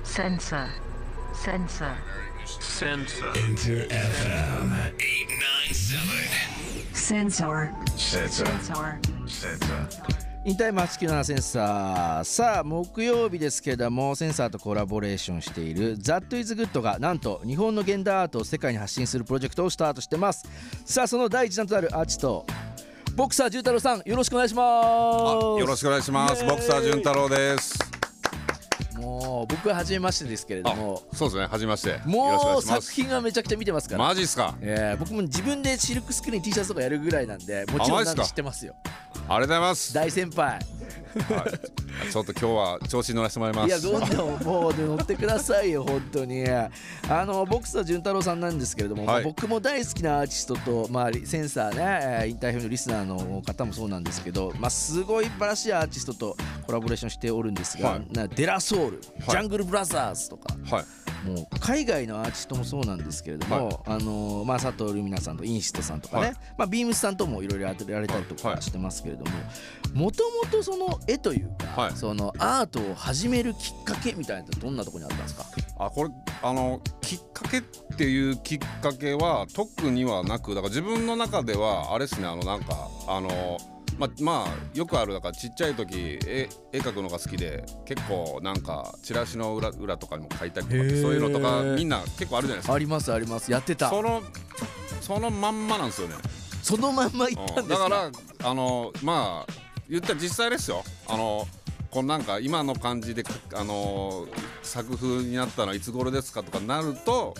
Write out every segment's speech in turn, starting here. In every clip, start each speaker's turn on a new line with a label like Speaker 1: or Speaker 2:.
Speaker 1: Sensor. Sensor.
Speaker 2: Sensor.
Speaker 3: Enter FM 897.
Speaker 1: Sensor.
Speaker 3: Sensor.
Speaker 1: Sensor.
Speaker 3: Sensor.
Speaker 4: インタイム897センサー。さあ木曜日ですけれども、センサーとコラボレーションしている That is Good がなんと日本の現代アートを世界に発信するプロジェクトをスタートしてます。さあその第一弾となるアーティストボクサー潤太郎さん、よろしくお願いします。
Speaker 5: よろしくお願いします。ボクサー潤太郎です。
Speaker 4: もう僕は初めましてですけれども、
Speaker 5: そうですね、初めまして。よろしくお
Speaker 4: も
Speaker 5: 願
Speaker 4: う
Speaker 5: いします。
Speaker 4: 作品はめちゃくちゃ見てますから。
Speaker 5: マジっすか。
Speaker 4: 僕も自分でシルクスクリーン T シャツとかやるぐらいなんで、もちろんなんで知ってますよ。
Speaker 5: ありがとうございます。
Speaker 4: 大先輩。
Speaker 5: はい、ちょっと今日は調子に乗らせてもらいます。
Speaker 4: いやどんどんもう乗ってくださいよ本当に。ボクサー潤太郎さんなんですけれども、
Speaker 5: はい
Speaker 4: 僕も大好きなアーティストと、センサーね、インターフェのリスナーの方もそうなんですけど、すごい素晴らしいアーティストとコラボレーションしておるんですが、
Speaker 5: はい
Speaker 4: デラソウル、ジャングルブラザーズとか、
Speaker 5: はい。
Speaker 4: もう海外のアーティストもそうなんですけれども、佐藤ルミナさんとインシストさんとかね、ビームスさんともいろいろやられたりとかしてますけれども、もともとその絵というか、そのアートを始めるきっかけみたいなのってどんなところにあったんですか？
Speaker 5: これきっかけっていうきっかけは特にはなく、だから自分の中ではあれですね、よくある、だからちっちゃい時絵描くのが好きで、結構なんかチラシの裏とかにも描いたりとか、そういうのとかみんな結構あるじゃないですか。
Speaker 4: ありますあります、やってた。
Speaker 5: そのまんまなんですよね。
Speaker 4: そのまんまいったんですか？
Speaker 5: だから言ったら実際ですよ。このなんか今の感じで作風になったのはいつ頃ですかとかなると、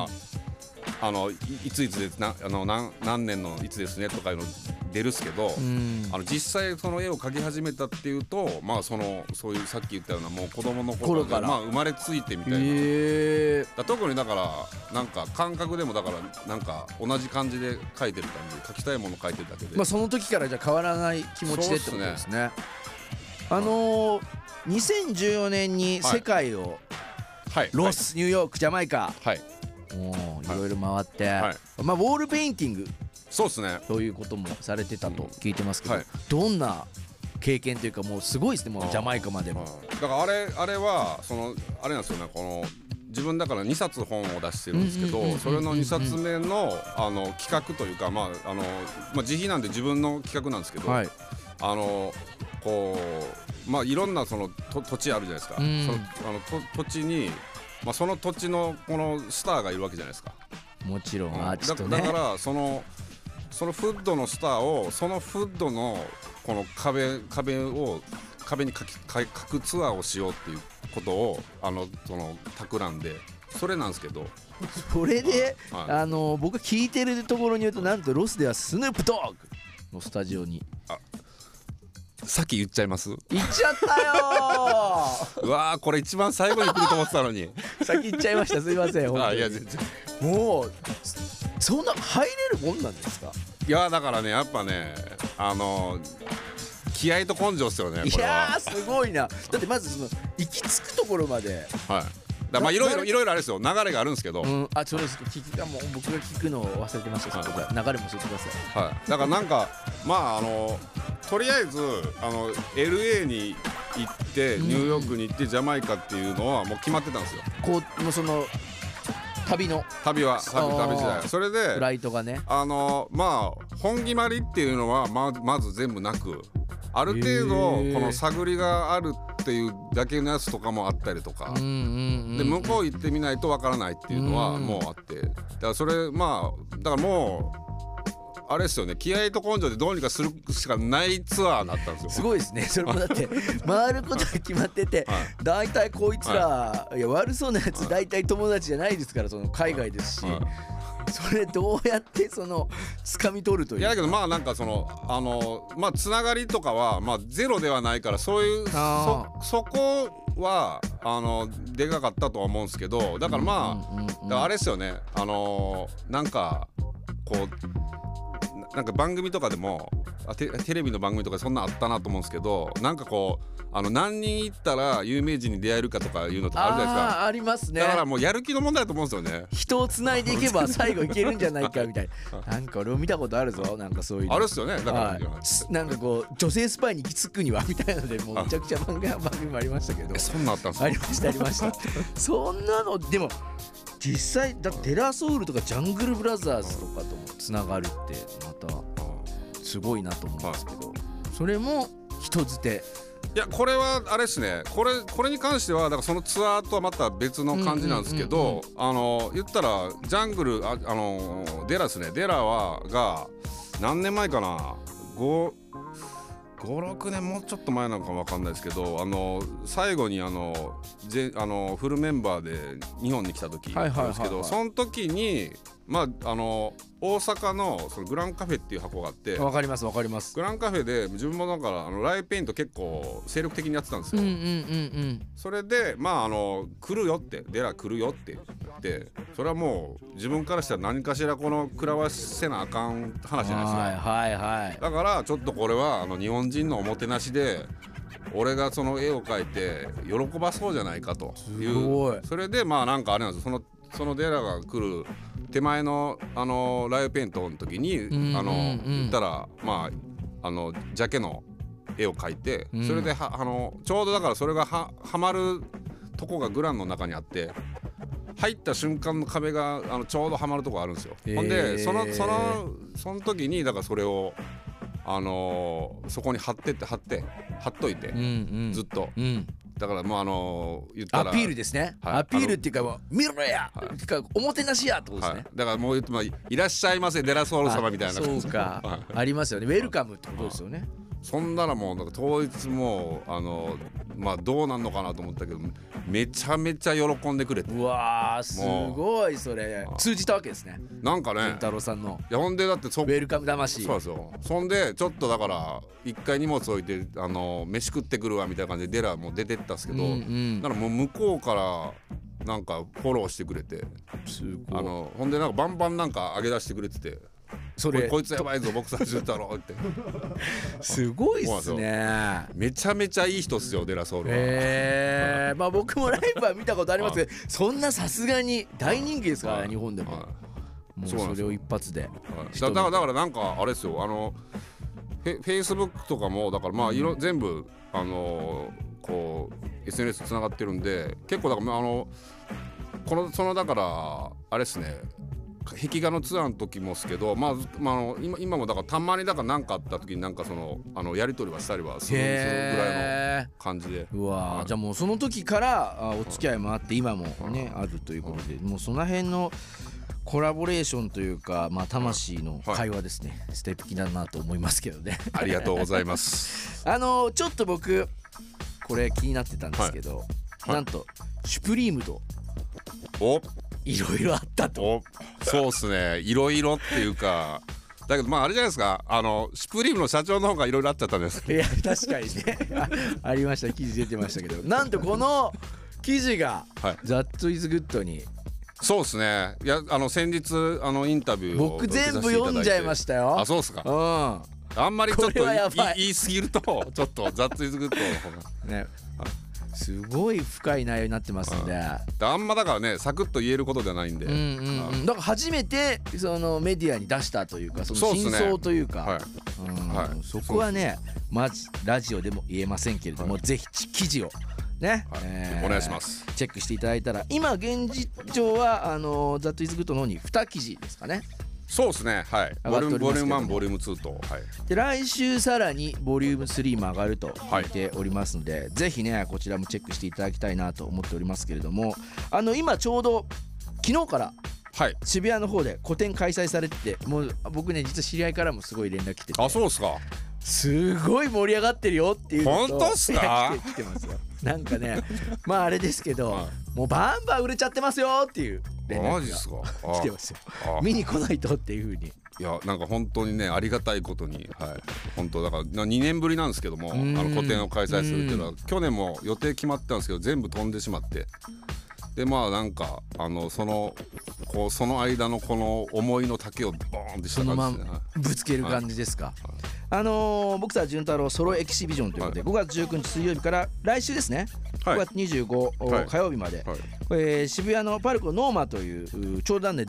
Speaker 5: いつです何年のいつですねとかいうの出るっすけど、実際その絵を描き始めたっていうと、そういうさっき言ったようなもう子供の頃から生まれついてみたいな、特にだからなんか感覚でもだからなんか同じ感じで描いてる感じ、描きたいもの描いてるだけで、
Speaker 4: その時からじゃあ変わらない気持ちでってことですね。2014年に世界を、ロス、ニューヨーク、ジャマイカ、もういろいろ回って、ウォールペインティング、
Speaker 5: そうですね、
Speaker 4: ということもされてたと聞いてますけど、どんな経験というか、もうすごいですね、もうジャマイカまでも。
Speaker 5: だからあれはあれなんですよね、この自分だから2冊本を出してるんですけど、それの2冊目の企画というか、自費なんで自分の企画なんですけど、いろんなその土地あるじゃないですか。その土地に、その土地のこのスターがいるわけじゃないですか。
Speaker 4: もちろんアーティストね。
Speaker 5: だからそのフッドのスターをそのフッドのこの壁に描くツアーをしようっていうことを企んで、それなんですけど、
Speaker 4: それで、僕が聞いてるところによると、なんとロスではスヌープドッグのスタジオに。
Speaker 5: さっき言っちゃいます？
Speaker 4: 言っちゃったよ
Speaker 5: ーうわー、これ一番最後に来ると思ってたのに
Speaker 4: 先言っちゃいました、すいません。本当に
Speaker 5: いや全然、
Speaker 4: もうそんな入れるもんなんですか？
Speaker 5: いやだからね、やっぱね、気合と根性ですよね、これは。
Speaker 4: いやーすごいな。だってまずその行き着くところまで、
Speaker 5: いろいろあれですよ、流れがあるんですけど、
Speaker 4: そうです。もう僕が聞くのを忘れてました。そこで流れも教えてください。
Speaker 5: だからなんかとりあえずLA に行ってニューヨークに行ってジャマイカっていうのはもう決まってたんですよ。
Speaker 4: もうその旅時代、それでフライトがね、
Speaker 5: 本決まりっていうのはまず全部なく、ある程度この探りがあるっていうだけのやつとかもあったりとかで、向こう行ってみないとわからないっていうのはもうあって、だからそれだからもうあれですよね、気合と根性でどうにかするしかないツアーになったんですよ。
Speaker 4: すごいですね。それもだって回ることが決まってて、大体こいつら、いや悪そうなやつ大体友達じゃないですから、その海外ですし、それどうやって掴み取るというか。
Speaker 5: いやだけどなんかつながりとかはゼロではないから、そういうそこはでかかったとは思うんですけど、だからあれですよね、なんかこうなんか番組とかでもテレビの番組とかそんなあったなと思うんですけど、なんかこう何人行ったら有名人に出会えるかとかいうのとかあるじゃないですか。
Speaker 4: ありますね。
Speaker 5: だからもうやる気の問題だと思うんですよね。
Speaker 4: 人をつないでいけば最後いけるんじゃないかみたいな。なんか俺も見たことあるぞ、なんかそういうの
Speaker 5: あるっすよね。だから、
Speaker 4: はい、なんかこう女性スパイに行き着くにはみたいなのでもうめちゃくちゃ番組もありましたけど。
Speaker 5: そんなあったんですか。
Speaker 4: ありましたありましたそんなのでも実際だってテラソウルとかジャングルブラザーズとかともつながるってまたすごいなと思うんですけど、それも人づて。
Speaker 5: いやこれはあれですね、これに関してはだからそのツアーとはまた別の感じなんですけど、言ったらジャングルデラですね。デラが何年前かな、5,6 年もうちょっと前なのか分かんないですけど、最後にフルメンバーで日本に来た時なんですけど、その時にまあ大阪のそのグランカフェっていう箱があって、
Speaker 4: わかりますわかります。
Speaker 5: グランカフェで自分もだからライブペイント結構精力的にやってたんですよ。それでまあ来るよってデラ来るよって言って、それはもう自分からしたら何かしらこの食らわせなあかん話じゃないですか。だからちょっとこれは日本人のおもてなしで俺がその絵を描いて喜ばそうじゃないかという。それでまあなんかあれなんですよ、そのデラが来る手前のライブペイントの時に言ったらまあジャケの絵を描いて、それでちょうどだからそれがはまるとこがグランの中にあって、入った瞬間の壁がちょうどはまるとこあるんですよ。ほんでその時にだからそれをそこに貼っといて、ずっと。だからもう言ったら
Speaker 4: アピールですね、アピールっていうかもう見ろや、ってかおもてなしやってことですね、
Speaker 5: だからもう言っていらっしゃいませデラソウル様みたいな。
Speaker 4: そうかありますよね、ウェルカムってことですよね。
Speaker 5: そんならもうなんか当日もまあどうなんのかなと思ったけど、めちゃめちゃ喜んでくれて。
Speaker 4: うわーすごい、それ通じたわけですね。
Speaker 5: なんかね、
Speaker 4: 健太郎さんの
Speaker 5: いやほんでだって
Speaker 4: ウェルカム魂。
Speaker 5: そうですよ。そんでちょっとだから一回荷物置いて飯食ってくるわみたいな感じでデラもう出てったんですけど、だからもう向こうからなんかフォローしてくれて、
Speaker 4: すごい。
Speaker 5: ほんでなんかバンバンなんか上げ出してくれてて、それこいつやばいぞ僕たち言ったろって
Speaker 4: すごいっすね。
Speaker 5: めちゃめちゃいい人っすよデラソウルは。
Speaker 4: まあ僕もライブは見たことありますけど、そんなさすがに大人気ですからね、日本でも。もうそれを一発で。
Speaker 5: だからなんかあれですよ、フェイスブックとかもだからまあ全部こう SNS つながってるんで、結構だからそのだからあれですね、壁画のツアーの時もですけど、今もだからたまにだから何かあった時になんかやり取りはしたりはするぐらいの感じで。
Speaker 4: うわ、じゃあもうその時からお付き合いもあって今もねあるということで、もうその辺のコラボレーションというか、まあ魂の会話ですね、素敵だなと思いますけどね。
Speaker 5: ありがとうございます。
Speaker 4: ちょっと僕これ気になってたんですけど、なんとシュプリームといろいろあったと。
Speaker 5: そうっすね、いろいろっていうか、だけどまああれじゃないですか、シュプリームの社長の方がいろいろあっちゃったんです。
Speaker 4: いや確かにねありました、記事出てましたけど、なんとこの記事が「That is Good」に。
Speaker 5: そうですね。いや先日インタビューを
Speaker 4: 僕全部読んじゃいましたよ。
Speaker 5: あ、そうっすか。あんまりちょっと言い過ぎるとちょっとThat is Goodの方が
Speaker 4: ね、すごい深い内容になってますんで、
Speaker 5: あんまだからねサクッと言えることじゃないんで、
Speaker 4: だから初めてそのメディアに出したというか、その真相というか、そこはねまずラジオでも言えませんけれども、ぜひ記事をね、
Speaker 5: お願いします。
Speaker 4: チェックしていただいたら、今現実上はThat is Goodの方に2記事ですかね。
Speaker 5: そうですね、はい。ボリューム1、ボリューム2と、
Speaker 4: で来週さらにボリューム3も上がると聞いておりますので、ぜひねこちらもチェックしていただきたいなと思っておりますけれども、今ちょうど昨日から渋谷の方で個展開催されてて、もう僕ね実は知り合いからもすごい連絡来てて、
Speaker 5: あ、そうですか。
Speaker 4: すごい盛り上がってるよっていうのと、
Speaker 5: 本当っすか？
Speaker 4: 来てますよ。なんかね、まああれですけど、もうバンバン売れちゃってますよっていう連絡が
Speaker 5: マジっすか？
Speaker 4: 来てますよ。見に来ないとっていう風に。
Speaker 5: いやなんか本当にねありがたいことに、本当だから2年ぶりなんですけども、個展を開催するっていうのは去年も予定決まってたんですけど全部飛んでしまって、でまあなんかその間のこの思いの丈をボーンってした感じですね。
Speaker 4: そのままぶつける感じですか。 ボクサー潤太郎ソロエキシビジョンということで、5月19日水曜日から来週ですね、5月25、火曜日まで、渋谷のパルコノーマというちょうどね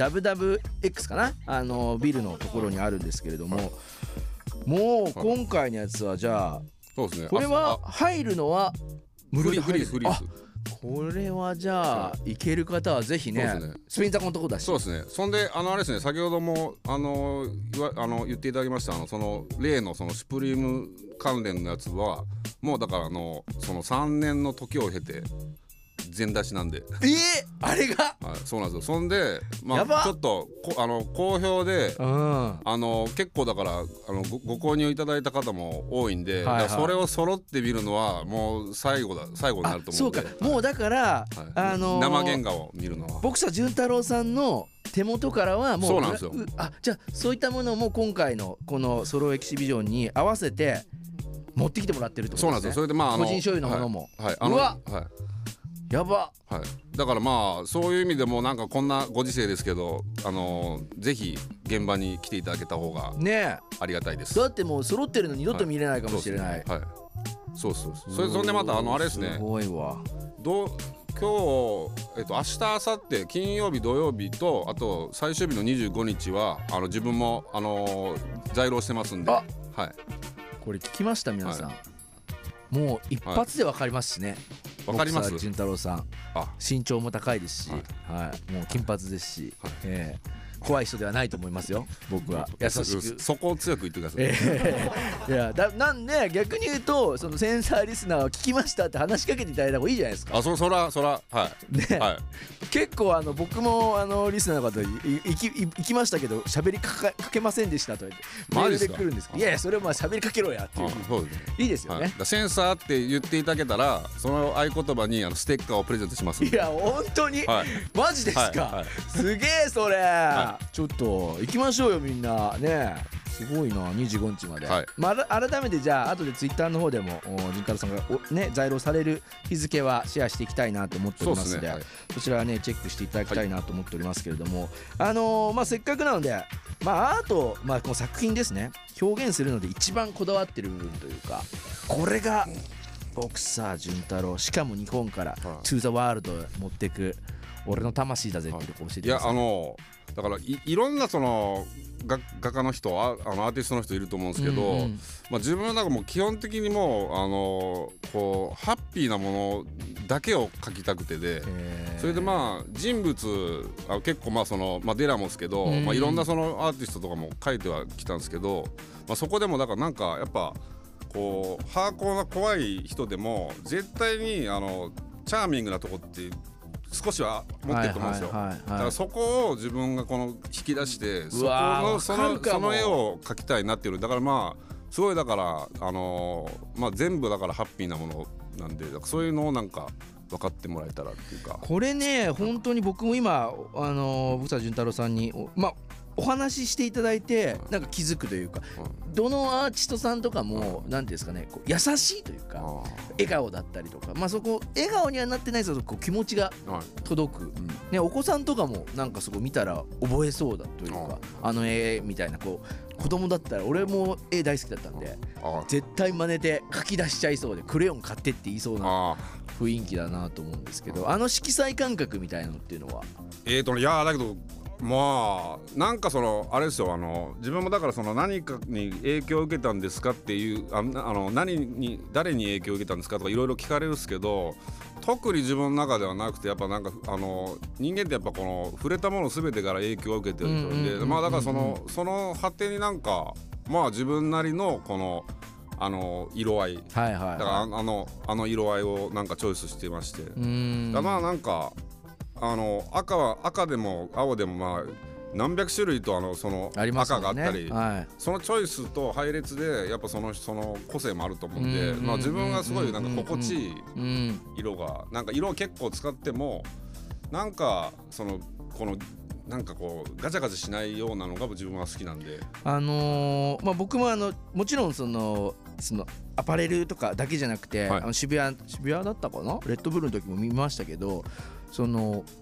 Speaker 4: WWX かな、ビルのところにあるんですけれども、もう今回のやつはじゃあ、
Speaker 5: そうですね、
Speaker 4: これは入るのは無料で入る。
Speaker 5: フリーです。
Speaker 4: これはじゃあ行ける方はぜひね、スペインザコのとこだし。
Speaker 5: そうですね。そんであれですね、先ほども言っていただきましたその例のそのシュプリーム関連のやつはもうだからその3年の時を経て全出しなんで。
Speaker 4: あれが、
Speaker 5: はい、そうなんですよ。そんでちょっと好評で、結構だからご購入いただいた方も多いんで、それを揃って見るのはもう最後になると思うんで。
Speaker 4: そうか、もうだから、
Speaker 5: 生原画を見るのは
Speaker 4: ボクサー潤太郎さんの手元からはもう、
Speaker 5: そうなんですよ。
Speaker 4: じゃあそういったものも今回のこのソロエキシビジョンに合わせて持ってきてもらってるってことですね。
Speaker 5: そうなんですよ。それで個
Speaker 4: 人所有のものも、
Speaker 5: うわ、
Speaker 4: やば、
Speaker 5: だからそういう意味でもなんかこんなご時世ですけど、ぜひ現場に来ていただけた方がありがたいです。
Speaker 4: だってもう揃ってるの二度と見れないかもしれない。
Speaker 5: そうそんでまたあれですね、
Speaker 4: すごいわ。
Speaker 5: 今日明日明後日金曜日土曜日とあと最終日の25日は自分も在労してますんで、
Speaker 4: これ聞きました皆さん、もう一発で分かりますしね。
Speaker 5: わかります。
Speaker 4: 潤太郎さん、身長も高いですし、もう金髪ですし、怖い人ではないと思いますよ。僕は優しく
Speaker 5: そこを強く言ってください。
Speaker 4: いやなんで逆に言うと、そのセンサーリスナーは聞きましたって話しかけていただいた方がいいじゃないですか。
Speaker 5: そら
Speaker 4: 結構僕もリスナーの方行きましたけど喋りかけませんでしたと言ってメールで来るんですけど、いやそれは喋りかけろやっていう。いいですよね。
Speaker 5: センサーって言っていただけたらその合言葉にステッカーをプレゼントします。
Speaker 4: いや本当に、マジですか。すげえそれ。ちょっと行きましょうよみんなね。すごいな、25日まで、改めてじゃあ後でツイッターの方でも潤太郎さんが在労される日付はシェアしていきたいなと思っておりますので、そちらはねチェックしていただきたいなと思っておりますけれども、せっかくなのでアート、この作品ですね、表現するので一番こだわってる部分というか、これがボクサー潤太郎、しかも日本からトゥーザワールド持っていく俺の魂だぜっていうとこ教えてください。
Speaker 5: だからいろんなその画家の人アーティストの人いると思うんですけど、自分はなんかもう基本的にもうこうハッピーなものだけを描きたくてで、それで人物結構デラモスけど、いろんなそのアーティストとかも描いてはきたんですけど、そこでもだからなんかやっぱこうハーコーな怖い人でも絶対にチャーミングなとこって少しは持ってると思うんですよ。だからそこを自分が引き出してその絵を描きたいなっていう。だからすごいだから全部だからハッピーなものなんで、そういうのをなんか分かってもらえたらっていうか。
Speaker 4: これね本当に僕も今ボクサー潤太郎さんにお話ししていただいてなんか気づくというか、どのアーティストさんとかも何ていうんですかね、優しいというか笑顔だったりとか、そこ笑顔にはなってないですけど気持ちが届く、お子さんとかもなんかそこ見たら覚えそうだというか、絵みたいな子供だったら、俺も絵大好きだったんで絶対真似て描き出しちゃいそうで、クレヨン買ってって言いそうな雰囲気だなと思うんですけど、色彩感覚みたいなのっていうのは
Speaker 5: いやだけどなんかあれですよ、自分もだから何かに影響を受けたんですかっていう、誰に影響を受けたんですかとかいろいろ聞かれるんですけど、特に自分の中ではなくて、やっぱなんか人間ってやっぱ触れたもの全てから影響を受けてるんで、だからその果てになんか自分なりの色合い、だから色合いをなんかチョイスしてまして、なんか赤でも青でも何百種類と赤があったり、そのチョイスと配列でやっぱその個性もあると思うんで、自分がすごいなんか心地いい色が、なんか色を結構使ってもなんかなんかガチャガチャしないようなのが自分は好きなんで、
Speaker 4: 僕ももちろんそのアパレルとかだけじゃなくて、渋谷だったかな、レッドブルの時も見ましたけど、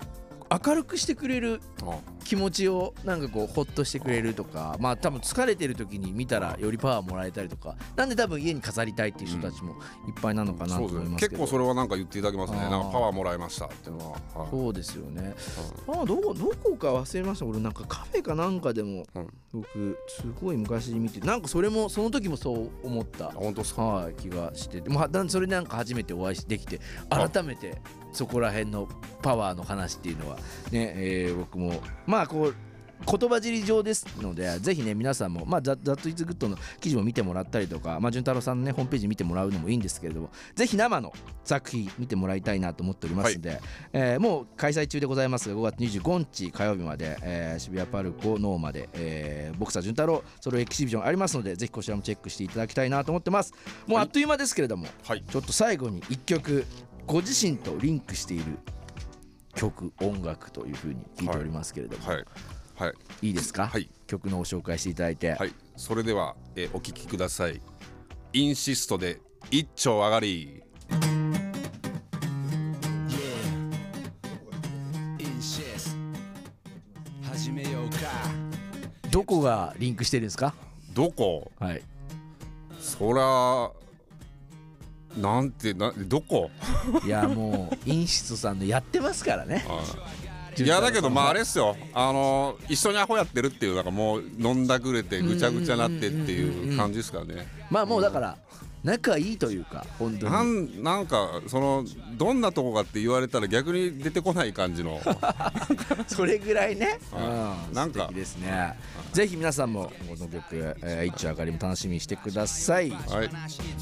Speaker 4: 明るくしてくれる
Speaker 5: あ
Speaker 4: 気持ちをなんかこうホッとしてくれるとか、まあ多分疲れてる時に見たらよりパワーもらえたりとか、なんで多分家に飾りたいっていう人たちもいっぱいなのかなと思いますけど、
Speaker 5: 結構それはなんか言っていただきますね。
Speaker 4: あー
Speaker 5: なんかパワーもらいましたっていうのは、はい、
Speaker 4: そうですよね。どこか忘れました。俺なんかカフェかなんかでも、僕すごい昔に見て、なんかそれもその時もそう思った、
Speaker 5: 本当ですか、
Speaker 4: はい、気がしてて、それでなんか初めてお会いできて、改めてそこら辺のパワーの話っていうのはね、僕もまあこう言葉尻上ですので、ぜひね皆さんもThat is Goodの記事も見てもらったりとか、潤太郎さんのねホームページ見てもらうのもいいんですけれども、ぜひ生の作品見てもらいたいなと思っておりますので、もう開催中でございますが、5月25日火曜日まで、渋谷パルコノーまで、ボクサー潤太郎ソロエキシビジョンありますので、ぜひこちらもチェックしていただきたいなと思ってます。もうあっという間ですけれども、
Speaker 5: はい、
Speaker 4: ちょっと最後に1曲ご自身とリンクしている曲音楽というふうに聞いておりますけれども、
Speaker 5: はいはい、
Speaker 4: いいですか、
Speaker 5: はい、
Speaker 4: 曲のご紹介していただいて、
Speaker 5: はい、それでは、お聴きください。インシストで一丁上がり。
Speaker 2: 始めようか。
Speaker 4: どこがリンクしてるんですか？
Speaker 5: どこ？
Speaker 4: はい、
Speaker 5: そらなんてどこ？
Speaker 4: いやもうインシストさんのやってますからね。
Speaker 5: いやだけどあれっすよ、一緒にアホやってるっていう、なんかもう飲んだくれてぐちゃぐちゃなってっていう感じですかね。
Speaker 4: もうだから仲いいというか、本当に
Speaker 5: なんかそのどんなとこかって言われたら逆に出てこない感じの
Speaker 4: それぐらいね、
Speaker 5: なんか
Speaker 4: 素敵ですね。ぜひ皆さんもこの曲、一丁上がりも楽しみにしてください。
Speaker 5: はい。